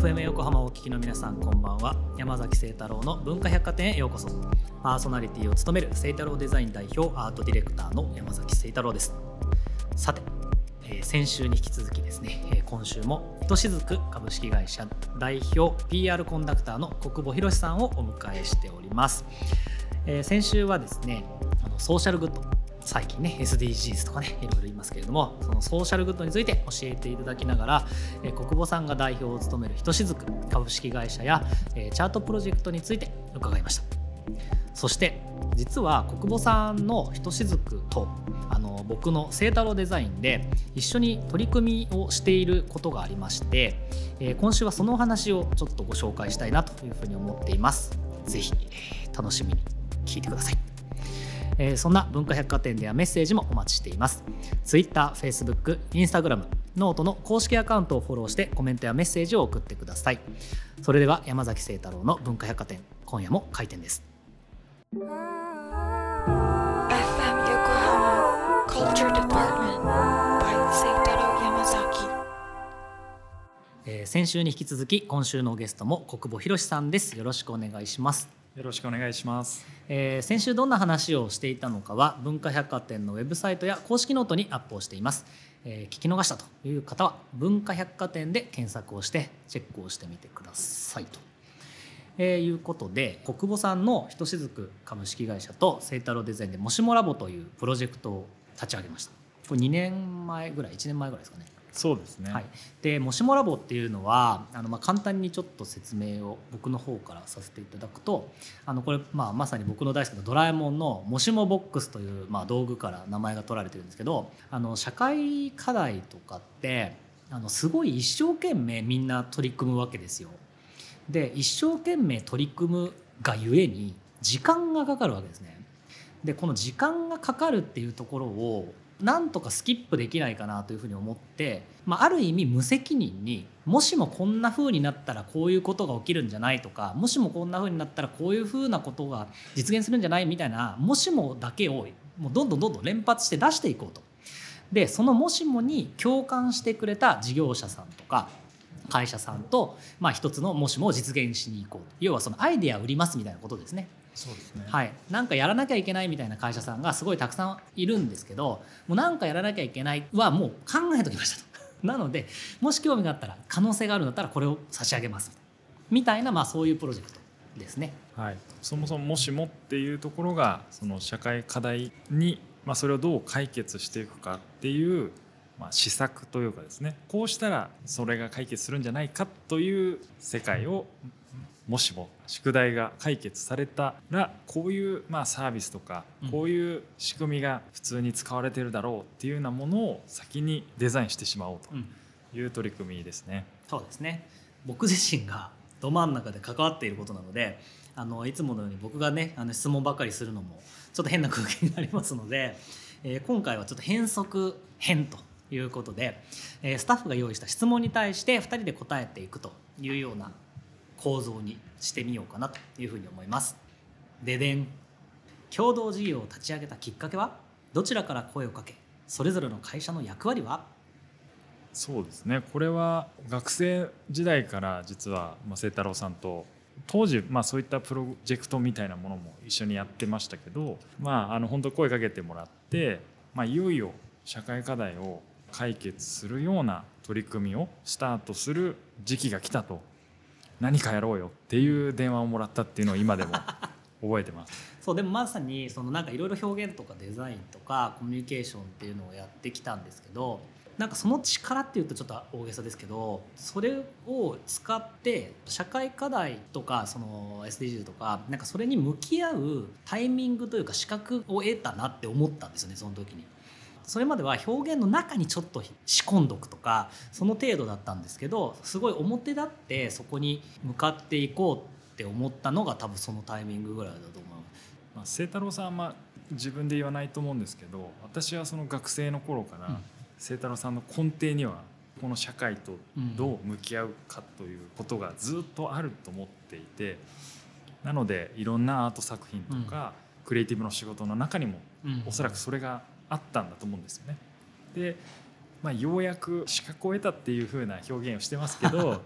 FM 横浜をお聞きの皆さん、こんばんは。山崎清太郎の文化百貨店へようこそ。パーソナリティを務める清太郎デザイン代表アートディレクターの山崎清太郎です。さて、先週に引き続きですね、今週もひとしずく株式会社代表 PR コンダクターの国保博さんをお迎えしております。先週はですね、ソーシャルグッド、最近ね SDGs とかねいろいろ言いますけれども、そのソーシャルグッドについて教えていただきながら、国保さんが代表を務めるひとしずく株式会社や、チャートプロジェクトについて伺いました。そして実は国保さんのひとしずくと僕の清太郎デザインで一緒に取り組みをしていることがありまして、今週はそのお話をちょっとご紹介したいなというふうに思っています。ぜひ、楽しみに聞いてください。そんな文化百貨店ではメッセージもお待ちしています。 Twitter、Facebook、Instagram、ノートの公式アカウントをフォローしてコメントやメッセージを送ってください。それでは山崎清太郎の文化百貨店、今夜も開店です。 FM 横浜 Culture Department by 清太郎山崎。 先週に引き続き今週のゲストも国保博さんです。よろしくお願いします。 よろしくお願いします。 先週どんな話をしていたのかは文化百貨店のウェブサイトや公式ノートにアップをしています。聞き逃したという方は文化百貨店で検索をしてチェックをしてみてくださいと、いうことで、国保さんのひとしずく株式会社と清太郎デザインでもしもラボというプロジェクトを立ち上げました。これ2年前ぐらい1年前ぐらいですかね。 そうですね、 はい、でもしもラボっていうのは簡単にちょっと説明を僕の方からさせていただくと、これ、まさに僕の大好きなドラえもんのもしもボックスという、道具から名前が取られてるんですけど、社会課題とかってすごい一生懸命みんな取り組むわけですよ。で一生懸命取り組むがゆえに時間がかかるわけですね。でこの時間がかかるっていうところをなんとかスキップできないかなというふうに思って、ある意味無責任に、もしもこんな風になったらこういうことが起きるんじゃないとか、もしもこんな風になったらこういう風なことが実現するんじゃないみたいなもしもだけをもうどんどん連発して出していこうと。でそのもしもに共感してくれた事業者さんとか会社さんと、一つのもしもを実現しに行こうと。要はそのアイデアを売りますみたいなことですね。 そうですね、 はい、なんかやらなきゃいけないみたいな会社さんがすごいたくさんいるんですけど、もうなんかやらなきゃいけないはもう考えておきましたとなのでもし興味があったら、可能性があるんだったらこれを差し上げますみたいな、そういうプロジェクトですね。 はい、そもそももしもっていうところがその社会課題に、それをどう解決していくかっていう、施策というかですね、こうしたらそれが解決するんじゃないかという世界を、もしも宿題が解決されたらこういうサービスとかこういう仕組みが普通に使われているだろうっていうようなものを先にデザインしてしまおうという取り組みですね。 そうですね。僕自身がど真ん中で関わっていることなので、いつものように僕がね質問ばっかりするのもちょっと変な空気になりますので、今回はちょっと変則編ということで、スタッフが用意した質問に対して2人で答えていくというような構造にしてみようかなというふうに思います。ででん。共同事業を立ち上げたきっかけは、どちらから声をかけ、それぞれの会社の役割は。 そうですね、これは学生時代から実は清太郎さんと当時そういったプロジェクトみたいなものも一緒にやってましたけど、本当声かけてもらって、いよいよ社会課題を解決するような取り組みをスタートする時期が来たと、何かやろうよっていう電話をもらったっていうのを今でも覚えてます。 そうでもまさにそのなんかいろいろ表現とかデザインとかコミュニケーションっていうのをやってきたんですけど、なんかその力っていうとちょっと大げさですけど、それを使って社会課題とかその SDGs とかなんかそれに向き合うタイミングというか資格を得たなって思ったんですよね、その時に。それまでは表現の中にちょっと仕込んどくとかその程度だったんですけど、すごい表立ってそこに向かっていこうって思ったのが多分そのタイミングぐらいだと思います。 清太郎さんは自分で言わないと思うんですけど、私はその学生の頃から清太郎さんの根底にはこの社会とどう向き合うかということがずっとあると思っていて、なのでいろんなアート作品とかクリエイティブの仕事の中にもおそらくそれがあったんだと思うんですよね。で、ようやく資格を得たっていう風な表現をしてますけど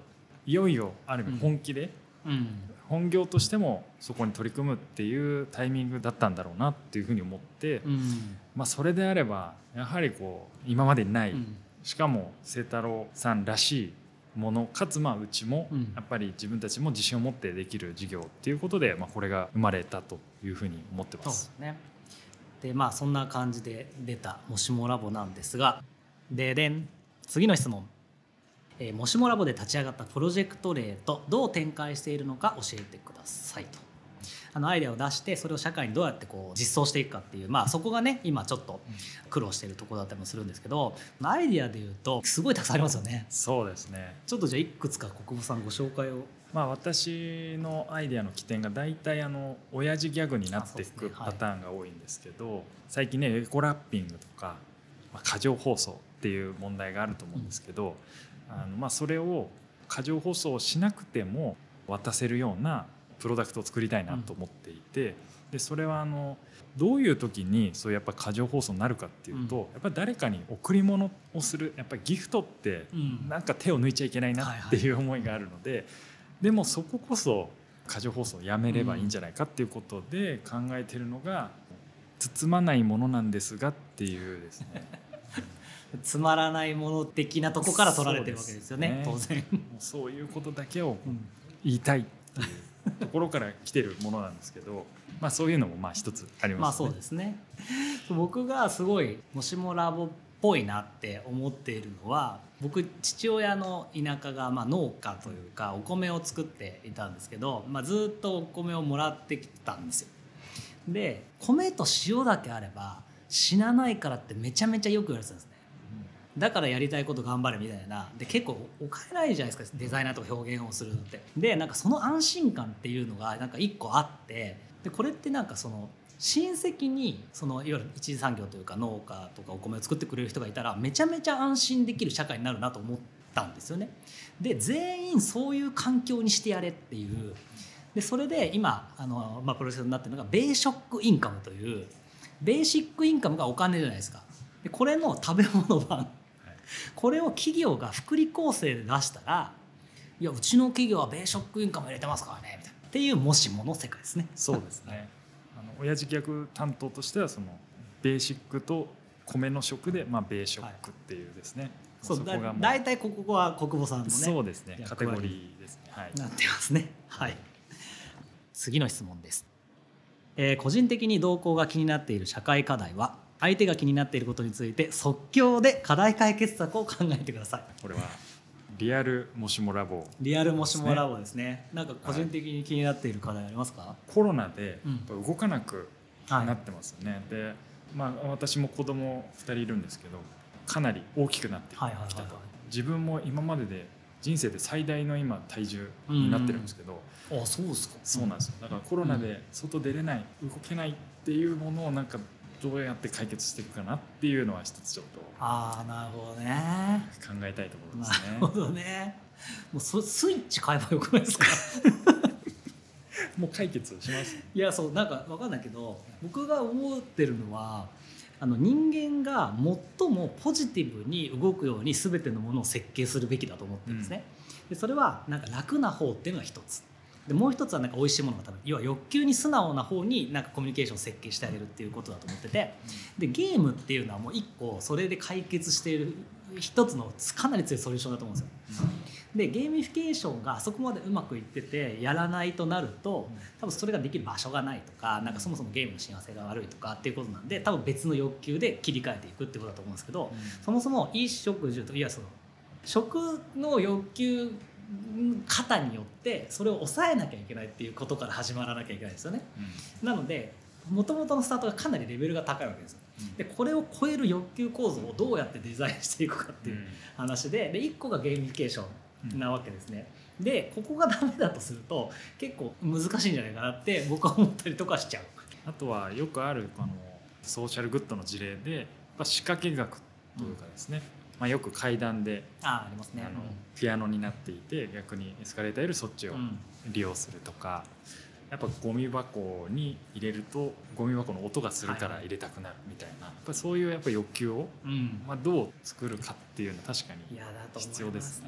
いよいよある意味本気で、本業としてもそこに取り組むっていうタイミングだったんだろうなっていうふうに思って、それであればやはりこう今までにない、しかも清太郎さんらしいものかつうちもやっぱり自分たちも自信を持ってできる事業っていうことで、これが生まれたというふうに思ってます。 そうですね。でそんな感じで出たもしもラボなんですが、ででん次の質問、もしもラボで立ち上がったプロジェクト例とどう展開しているのか教えてくださいと。アイデアを出してそれを社会にどうやってこう実装していくかっていう、そこがね今ちょっと苦労しているところだったりもするんですけど、アイデアでいうとすごいたくさんありますよね。 そうですね。 ちょっとじゃあいくつか国分さんご紹介を。 私のアイデアの起点が大体親父ギャグになっていくパターンが多いんですけど、最近ねエコラッピングとか、過剰包装っていう問題があると思うんですけど、それを過剰包装しなくても渡せるようなプロダクトを作りたいなと思っていて、でそれはどういう時にそういうやっぱ過剰包装になるかっていうと、やっぱり誰かに贈り物をする、やっぱりギフトってなんか手を抜いちゃいけないなっていう思いがあるので、でもそここそ過剰包装をやめればいいんじゃないかっていうことで考えてるのが、包まないものなんですがっていうですねつまらないもの的なとこから取られてるわけですよね。当然もうそういうことだけを言いたいっていうところから来てるものなんですけど、そういうのも一つありますね。 そうですね。僕がすごいもしもラボっぽいなって思っているのは、僕父親の田舎が農家というかお米を作っていたんですけど、ずっとお米をもらってきたんですよ。で米と塩だけあれば死なないからってめちゃめちゃよく言われてたんですね。だからやりたいこと頑張れみたいな。で結構お金ないじゃないですか、デザイナーとか表現をするのって。でその安心感っていうのが一個あって、でこれってその親戚にいわゆる一次産業というか農家とかお米を作ってくれる人がいたらめちゃめちゃ安心できる社会になるなと思ったんですよね。で全員そういう環境にしてやれっていう。でそれで今プロセスになっているのがベーシックインカムという、ベーシックインカムがお金じゃないですか。でこれの食べ物版、これを企業が福利厚生で出したら、いやうちの企業はベーシックインカム入れてますからねみたいなっていうもしもの世界ですね。 そうですね。親父ギャグ担当としてはそのベーシックと米の食でベーショックっていうですね、 そうだいたいここは国保さんのね、 そうですね、カテゴリーですね、 なってますね。次の質問です。個人的に動向が気になっている社会課題は、相手が気になっていることについて即興で課題解決策を考えてください。 これはリアルもしもラボ、 リアルもしもラボですね。個人的に気になっている課題ありますか？ コロナで動かなくなってますよね。で、私も子供2人いるんですけど、かなり大きくなってきたと。自分も今までで人生で最大の今体重になってるんですけど、 そうですか。 そうなんですよ。だからコロナで外出れない、動けないっていうものをどうやって解決していくかなっていうのは一つちょっとなるほどね、 考えたいところですね。 なるほどね。もうスイッチ変えばよくないですか？ もう解決します。 いや分かんないけど、僕が思ってるのは人間が最もポジティブに動くように全てのものを設計するべきだと思ってるんですね。でそれは楽な方っていうのが一つで、もう一つは美味しいものが食べる、要は欲求に素直な方にコミュニケーションを設計してあげるっていうことだと思ってて、でゲームっていうのはもう一個それで解決している一つのかなり強いソリューションだと思うんですよ。でゲーミフィケーションがあそこまでうまくいっててやらないとなると、多分それができる場所がないとか、そもそもゲームの幸せが悪いとかっていうことなんで、多分別の欲求で切り替えていくってことだと思うんですけど、そもそも衣食住とその食の欲求型によってそれを抑えなきゃいけないっていうことから始まらなきゃいけないですよね。なので元々のスタートがかなりレベルが高いわけですよ。でこれを超える欲求構造をどうやってデザインしていくかっていう話で、1個がゲーミフィケーションなわけですね。でここがダメだとすると結構難しいんじゃないかなって僕は思ったりとかしちゃう。 あとはよくあるソーシャルグッドの事例で仕掛け学というかですね、よく階段でありますね、 ピアノになっていて逆にエスカレーターよりそっちを利用するとか、やっぱゴミ箱に入れるとゴミ箱の音がするから入れたくなるみたいな、やっぱそういう欲求をどう作るかっていうのは確かに必要ですね。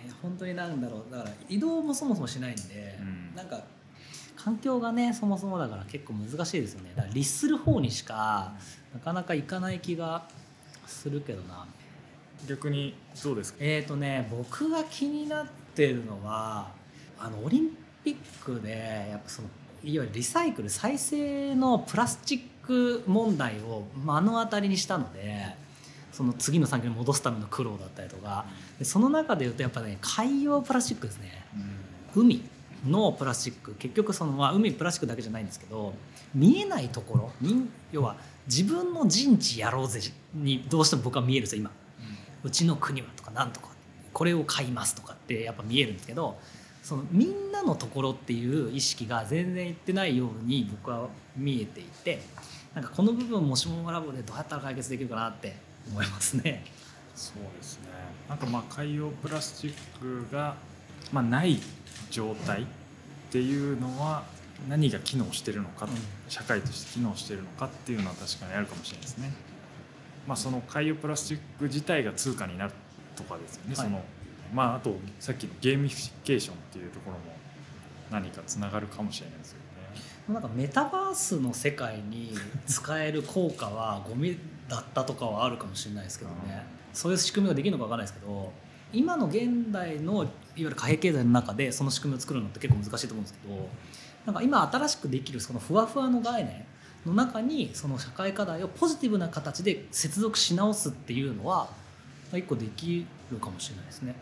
本当になんだろう、だから移動もそもそもしないんで、なんか環境がねそもそもだから結構難しいですよね。だから律する方にしかなかなか行かない気がするけどな。 逆にどうですか？ 僕が気になってるのはオリンピックでやっぱそのいわゆるリサイクル再生のプラスチック問題を目の当たりにしたので、その次の産業に戻すための苦労だったりとか、でその中でいうとやっぱね海洋プラスチックですね、海のプラスチック、結局その、海プラスチックだけじゃないんですけど、見えないところに要は自分の陣地やろうぜにどうしても僕は見えるんですよ今、うちの国はとかなんとかこれを買いますとかってやっぱ見えるんですけど、そのみんなのところっていう意識が全然いってないように僕は見えていて、なんかこの部分もしもラボでどうやったら解決できるかなって思いますね。 そうですね。なんか海洋プラスチックが、ない状態っていうのは何が機能してるのか、社会として機能してるのかっていうのは確かにあるかもしれないですね。その海洋プラスチック自体が通貨になるとかですよね、はい、あとさっきのゲーミフィケーションっていうところも何かつながるかもしれないですよね。 なんかメタバースの世界に使える効果はゴミだったとかはあるかもしれないですけどね、そういう仕組みができるのか分からないですけど、今の現代のいわゆる貨幣経済の中でその仕組みを作るのって結構難しいと思うんですけど、なんか今新しくできるそのふわふわの概念の中にその社会課題をポジティブな形で接続し直すっていうのは一個できるかもしれないですね、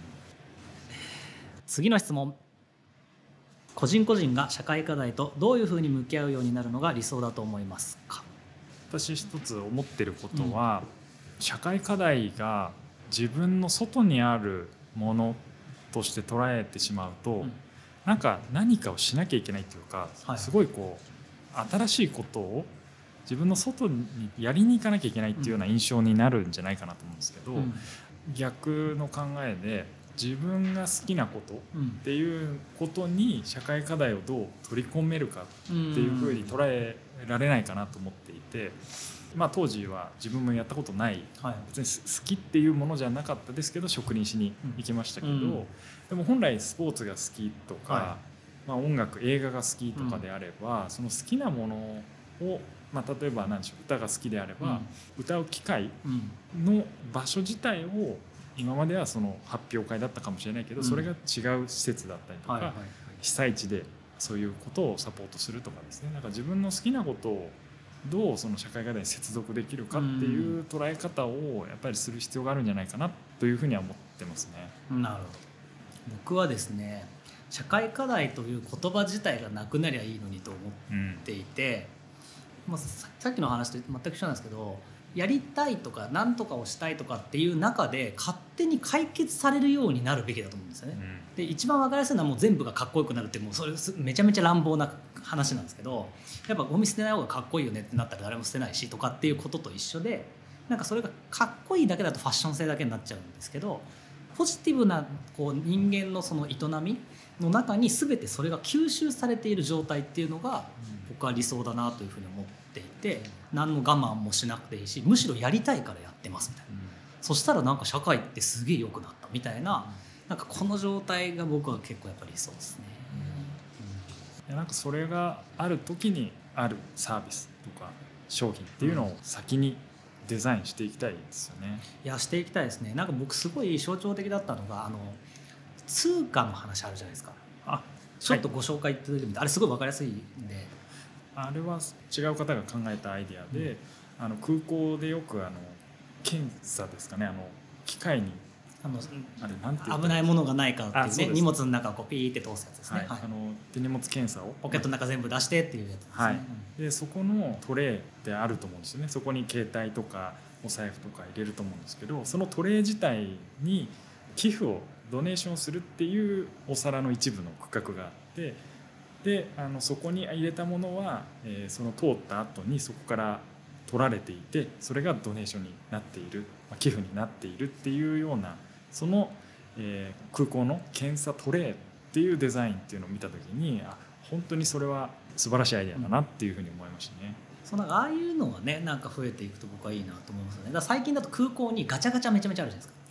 次の質問。個人個人が社会課題とどういうふうに向き合うようになるのが理想だと思いますか？ 私一つ思ってることは、社会課題が自分の外にあるものとして捉えてしまうと、何かをしなきゃいけないっていうか、すごい新しいことを自分の外にやりに行かなきゃいけないっていうような印象になるんじゃないかなと思うんですけど、逆の考えで自分が好きなことっていうことに社会課題をどう取り込めるかっていうふうに捉えられないかなと思っていて、当時は自分もやったことない、別に好きっていうものじゃなかったですけど職人しに行きましたけど、でも本来スポーツが好きとか、音楽映画が好きとかであれば、その好きなものを、例えば何でしょう、歌が好きであれば、歌う機会の場所自体を今まではその発表会だったかもしれないけど、それが違う施設だったりとか、被災地でそういうことをサポートするとかですね、自分の好きなことをどうその社会課題に接続できるかっていう捉え方をやっぱりする必要があるんじゃないかなというふうには思ってますね。 なるほど。僕はですね、社会課題という言葉自体がなくなりゃいいのにと思っていて、さっきの話と全く一緒なんですけど、やりたいとか何とかをしたいとかっていう中で勝手に解決されるようになるべきだと思うんですよね、で一番分かりやすいのはもう全部がかっこよくなるって、もうそれめちゃめちゃ乱暴な話なんですけど、やっぱゴミ捨てない方がかっこいいよねってなったら誰も捨てないしとかっていうことと一緒で、それがかっこいいだけだとファッション性だけになっちゃうんですけど、ポジティブな人間のその営みの中に全てそれが吸収されている状態っていうのが僕は理想だなというふうに思っていて、何の我慢もしなくていいし、むしろやりたいからやってますみたいな、そしたら社会ってすげえ良くなったみたいな、この状態が僕は結構やっぱり理想ですね、 それがある時にあるサービスとか商品っていうのを先にデザインしていきたいですよね。 いやしていきたいですね。僕すごい象徴的だったのが通貨の話あるじゃないですか。ちょっとご紹介いただいてみて、あれすごい分かりやすいんで。 あれは違う方が考えたアイデアで、空港でよく検査ですかね、機械にあれなんて危ないものがないかっていうね、荷物の中をピーって通すやつですね、 手荷物検査をポケットの中全部出してっていうやつですね、 でそこのトレーってあると思うんですよね。そこに携帯とかお財布とか入れると思うんですけど、そのトレー自体に寄付をドネーションするっていうお皿の一部の区画があって、でそこに入れたものは、その通った後にそこから取られていて、それがドネーションになっている、寄付になっているっていうような、その、空港の検査トレーっていうデザインっていうのを見た時に、本当にそれは素晴らしいアイデアだなっていうふうに思いましたね。 ああいうのがね増えていくと僕はいいなと思いますよね。だから最近だと空港にガチャガチャめちゃめちゃあるじゃないですか、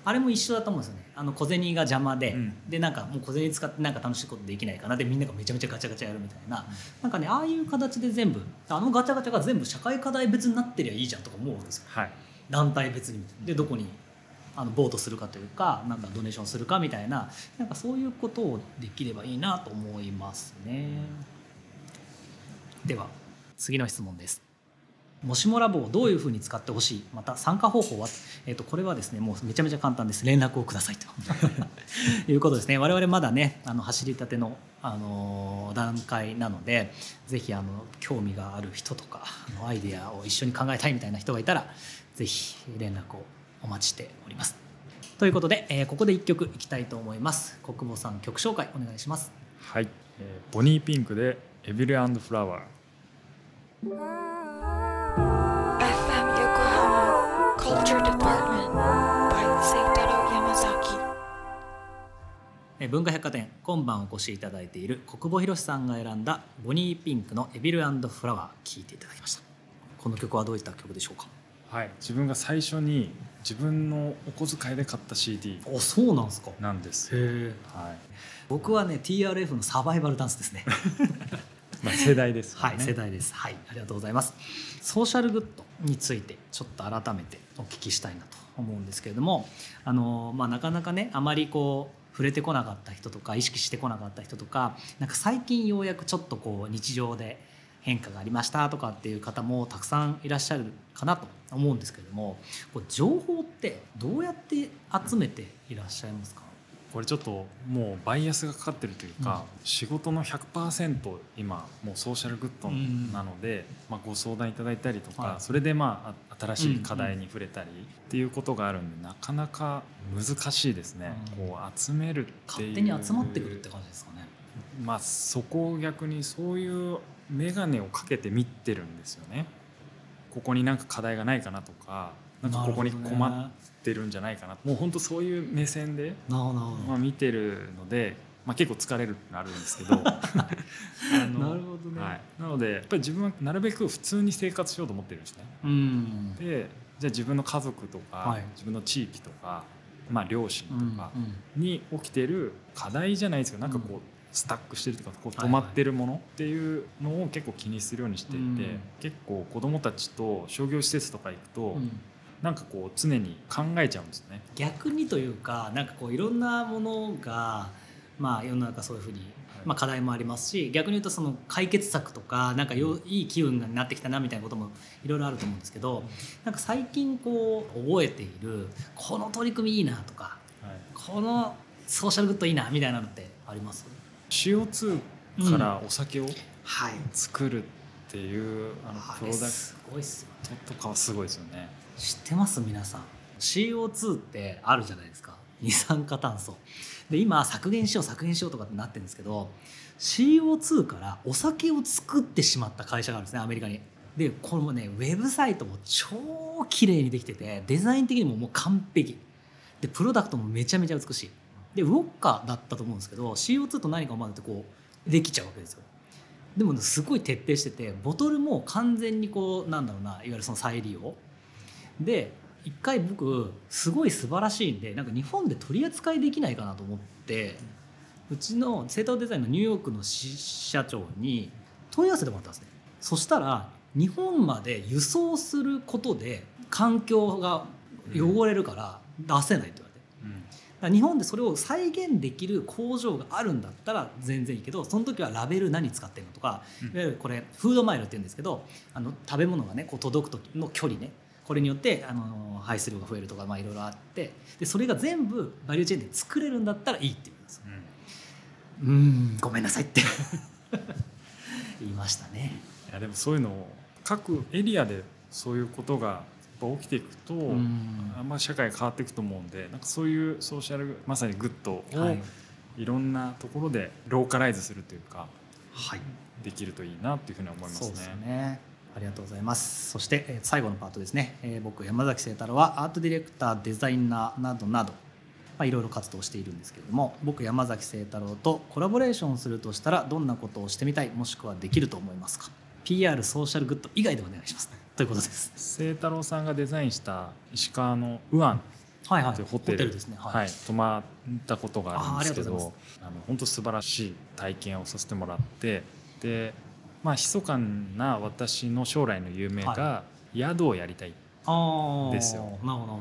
あれも一緒だと思うんですよね。小銭が邪魔で、でなんかもう小銭使ってなんか楽しいことできないかなでみんながめちゃめちゃガチャガチャやるみたいな、なんかねああいう形で全部ガチャガチャが全部社会課題別になってりゃいいじゃんとか思うんですよ、 はい、 団体別に。でどこにボートするかというかなんかドネーションするかみたいな、なんかそういうことをできればいいなと思いますね。では次の質問です。もしもラボをどういうふうに使ってほしい、また参加方法は、これはですねもうめちゃめちゃ簡単です。連絡をくださいということですね。我々まだね走りたての、段階なので、ぜひ興味がある人とかアイデアを一緒に考えたいみたいな人がいたらぜひ連絡をお待ちしております。ということで、ここで1曲いきたいと思います。国母さん曲紹介お願いします。 はい、ボニーピンクでエビル&フラワー。 FM Yokohama Culture Department by Seitaro Yamazaki。 文化百貨店今晩お越しいただいている国母博さんが選んだボニーピンクのエビル&フラワー聴いていただきました。この曲はどういった曲でしょうか？ はい、自分が最初に自分のお小遣いで買った CD そうなんですか。 なんです。はい、 僕はね TRF のサバイバルダンスですね世代ですよね。 はい、世代です。はい、ありがとうございます。ソーシャルグッドについてちょっと改めてお聞きしたいなと思うんですけれども、なかなかねあまりこう触れてこなかった人とか意識してこなかった人とか、なんか最近ようやくちょっとこう日常で変化がありましたとかっていう方もたくさんいらっしゃるかなと思うんですけれども、こう情報ってどうやって集めていらっしゃいますか？ これちょっともうバイアスがかかってるというか、仕事の 100% 今もうソーシャルグッドなので、ご相談いただいたりとか、それで新しい課題に触れたりっていうことがあるんで、なかなか難しいですね。こう集めるっていう勝手に集まってくるって感じですかね。 そこを逆にそういう眼鏡をかけて見てるんですよね。ここになんか課題がないかなとか、なんかここに困ってるんじゃないかな、もう本当そういう目線で見てるので、結構疲れるってのあるんですけどなるほどね、はい、なのでやっぱり自分はなるべく普通に生活しようと思ってるんですね。でじゃあ自分の家族とか、自分の地域とか、両親とかに起きてる課題じゃないですけど、なんかこうスタックしてるとかこう止まってるものっていうのを結構気にするようにしていて、結構子どもたちと商業施設とか行くと、なんかこう常に考えちゃうんですね。 逆にというか、なんかこういろんなものが、世の中そういうふうに、課題もありますし、逆に言うとその解決策とかなんかいい機運になってきたなみたいなこともいろいろあると思うんですけど、なんか最近こう覚えているこの取り組みいいなとか、このソーシャルグッドいいなみたいなのってあります？ CO2 からお酒を作るっていうプロダクトとかはすごいですよね。 知ってます皆さん？ CO2 ってあるじゃないですか、二酸化炭素で。今削減しようとかってなってるんですけど、 CO2 からお酒を作ってしまった会社があるんですね、アメリカに。でこれもねウェブサイトも超綺麗にできてて、デザイン的にももう完璧で、プロダクトもめちゃめちゃ美しい。でウォッカだったと思うんですけど、 CO2 と何かを混ぜてこうできちゃうわけですよ。でもすごい徹底してて、ボトルも完全にこういわゆるその再利用で、一回僕すごい素晴らしいんで、なんか日本で取り扱いできないかなと思って、うちのセーターデザインのニューヨークの支社長に問い合わせてもらったんですね。そしたら日本まで輸送することで環境が汚れるから出せないって言われて、だから日本でそれを再現できる工場があるんだったら全然いいけど、その時はラベル何使ってるのとか、いわゆるこれフードマイルって言うんですけど、食べ物がねこう届く時の距離ね、これによって排出量が増えるとかいろいろあって、でそれが全部バリューチェーンで作れるんだったらいいって言うんですよ。ごめんなさいって言いましたね。 いやでもそういうのを各エリアでそういうことが起きていくと、社会が変わっていくと思うんで、なんかそういうソーシャルまさにグッドをいろんなところでローカライズするというか、できるといいなというふうに思いますね。 そうですね、ありがとうございます。そして、最後のパートですね、僕山崎清太郎はアートディレクター、デザイナーなどなど、いろいろ活動しているんですけれども、僕山崎清太郎とコラボレーションするとしたらどんなことをしてみたい、もしくはできると思いますか？ PR ソーシャルグッド以外でお願いしますということです。 清太郎さんがデザインした石川のウアンはいはい、 というホテルですね。 はい、泊まったことがあるんですけありがとうございど、本当素晴らしい体験をさせてもらって、で、密かな私の将来の夢が宿をやりたいですよ。 なるほどなるほど。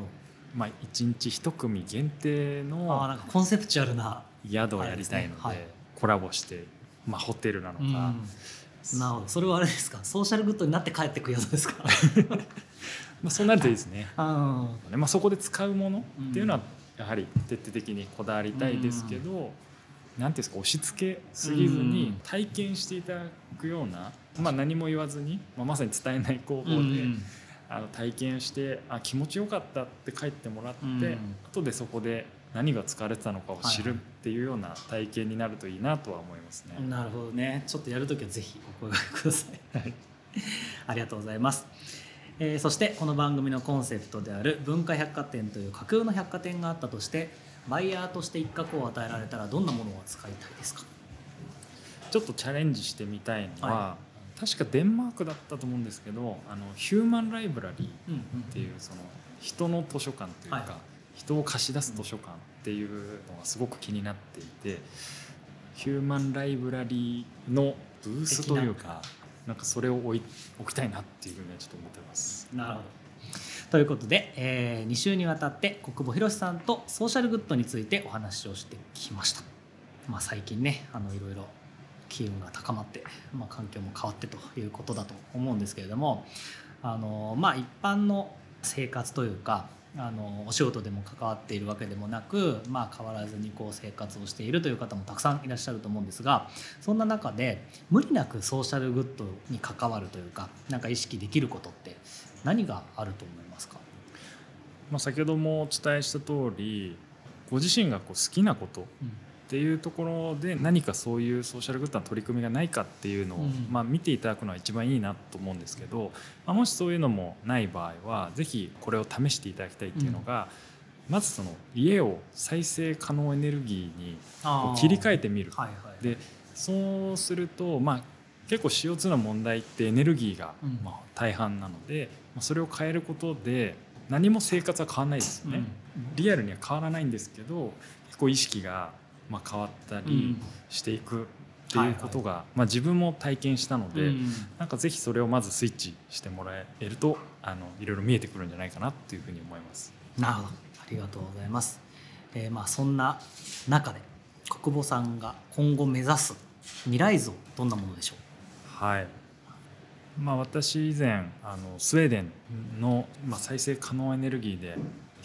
1日1組限定のなんかコンセプチュアルな宿をやりたいので、 はい、 コラボして、ホテルなのか、 なるほど。それはあれですか、ソーシャルグッドになって帰ってくる宿ですかそうなるといいですね。そこで使うものっていうのはやはり徹底的にこだわりたいですけど、なんていうんですか、押し付けすぎずに体験していただくような、何も言わずに、まさに伝えない方法で、体験して気持ちよかったって帰ってもらって、後でそこで何が使われてたのかを知るっていうような体験になるといいなとは思いますね。 なるほどね。ちょっとやるときはぜひお声掛けくださいありがとうございます。そしてこの番組のコンセプトである文化百貨店という架空の百貨店があったとして、バイヤーとして一角を与えられたらどんなものを扱いたいですか？ ちょっとチャレンジしてみたいのは、確かデンマークだったと思うんですけど、ヒューマンライブラリーっていう、その人の図書館というか、人を貸し出す図書館っていうのがすごく気になっていて、ヒューマンライブラリーのブースというか、なんかそれを置きたいなっていうふうにはちょっと思ってます。 なるほど。ということで、2週にわたって国保弘さんとソーシャルグッドについてお話をしてきました。最近ね、いろいろ機運が高まって、環境も変わってということだと思うんですけれども、一般の生活というか、お仕事でも関わっているわけでもなく、変わらずに生活をしているという方もたくさんいらっしゃると思うんですが、そんな中で無理なくソーシャルグッドに関わるというか、なんか意識できることって何があると思いますか？ 先ほどもお伝えした通り、ご自身が好きなことっていうところで何かそういうソーシャルグッドの取り組みがないかっていうのを、見ていただくのは一番いいなと思うんですけど、もしそういうのもない場合はぜひこれを試していただきたいっていうのが、まずその家を再生可能エネルギーに切り替えてみる。でそうすると、結構 CO2 の問題ってエネルギーが大半なので、それを変えることで何も生活は変わらないですよね。リアルには変わらないんですけど、結構意識が変わったりしていくっていうことが、自分も体験したので、なんかぜひそれをまずスイッチしてもらえるといろいろ見えてくるんじゃないかなっていうふうに思います。 なるほど、ありがとうございます。そんな中で国保さんが今後目指す未来像、どんなものでしょう？ はい、私以前スウェーデンの再生可能エネルギーで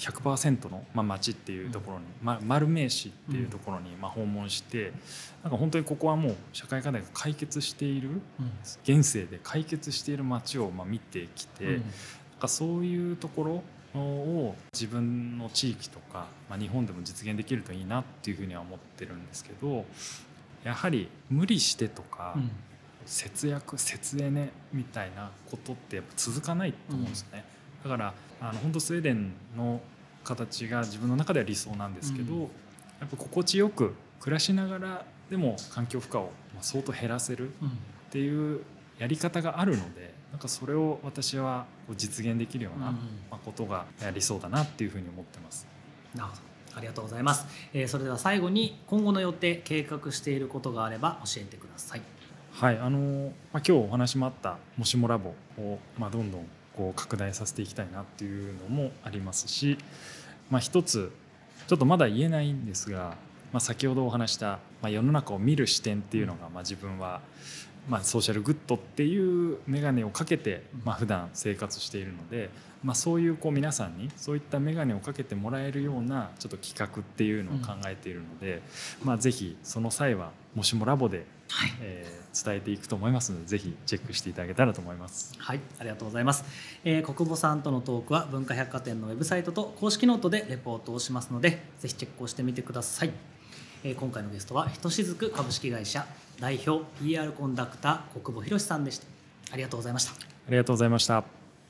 100% の町っていうところに、マルメー市っていうところに訪問して、なんか本当にここはもう社会課題が解決している、現世で解決している町を見てきて、なんかそういうところを自分の地域とか、日本でも実現できるといいなっていうふうには思ってるんですけど、やはり無理してとか、節約節エネみたいなことってやっぱ続かないと思うんですよね。だから本当スウェーデンの形が自分の中では理想なんですけど、やっぱ心地よく暮らしながらでも環境負荷を相当減らせるっていうやり方があるので、なんかそれを私は実現できるようなことが理想だなっていうふうに思ってます。 なるほど、ありがとうございます。それでは最後に今後の予定、計画していることがあれば教えてください。 はい、今日お話もあったもしもラボをどんどん拡大させていきたいなっていうのもありますし、一つちょっとまだ言えないんですが、先ほどお話した、世の中を見る視点っていうのが、自分は、ソーシャルグッドっていう眼鏡をかけて、普段生活しているので、そういう皆さんにそういった眼鏡をかけてもらえるようなちょっと企画っていうのを考えているので、ぜひその際はもしもラボで、伝えていくと思いますので、ぜひチェックしていただけたらと思います。 はい、ありがとうございます。国保さんとのトークは文化百貨店のウェブサイトと公式ノートでレポートをしますので、ぜひチェックをしてみてください。今回のゲストはひとしずく株式会社代表 PR コンダクター国保弘さんでした。ありがとうございました。 ありがとうございました。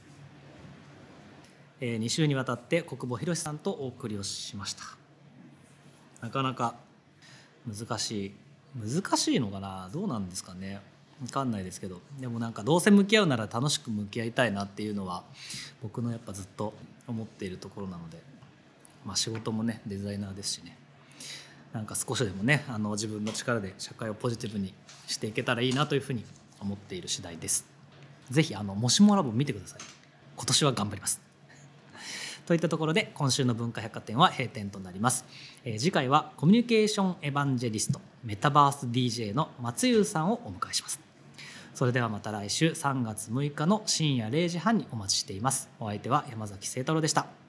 2週にわたって国保弘さんとお送りをしました。なかなか難しいのかな、どうなんですかね、分かんないですけど、でもなんかどうせ向き合うなら楽しく向き合いたいなっていうのは僕のやっぱずっと思っているところなので、 仕事もねデザイナーですしね、なんか少しでもね自分の力で社会をポジティブにしていけたらいいなというふうに思っている次第です。ぜひもしもラボ見てください。今年は頑張りますといったところで今週の文化百貨店は閉店となります。次回はコミュニケーションエヴァンジェリストメタバース DJ の松優さんをお迎えします。それではまた来週3月6日の深夜0時半にお待ちしています。お相手は山崎誠太郎でした。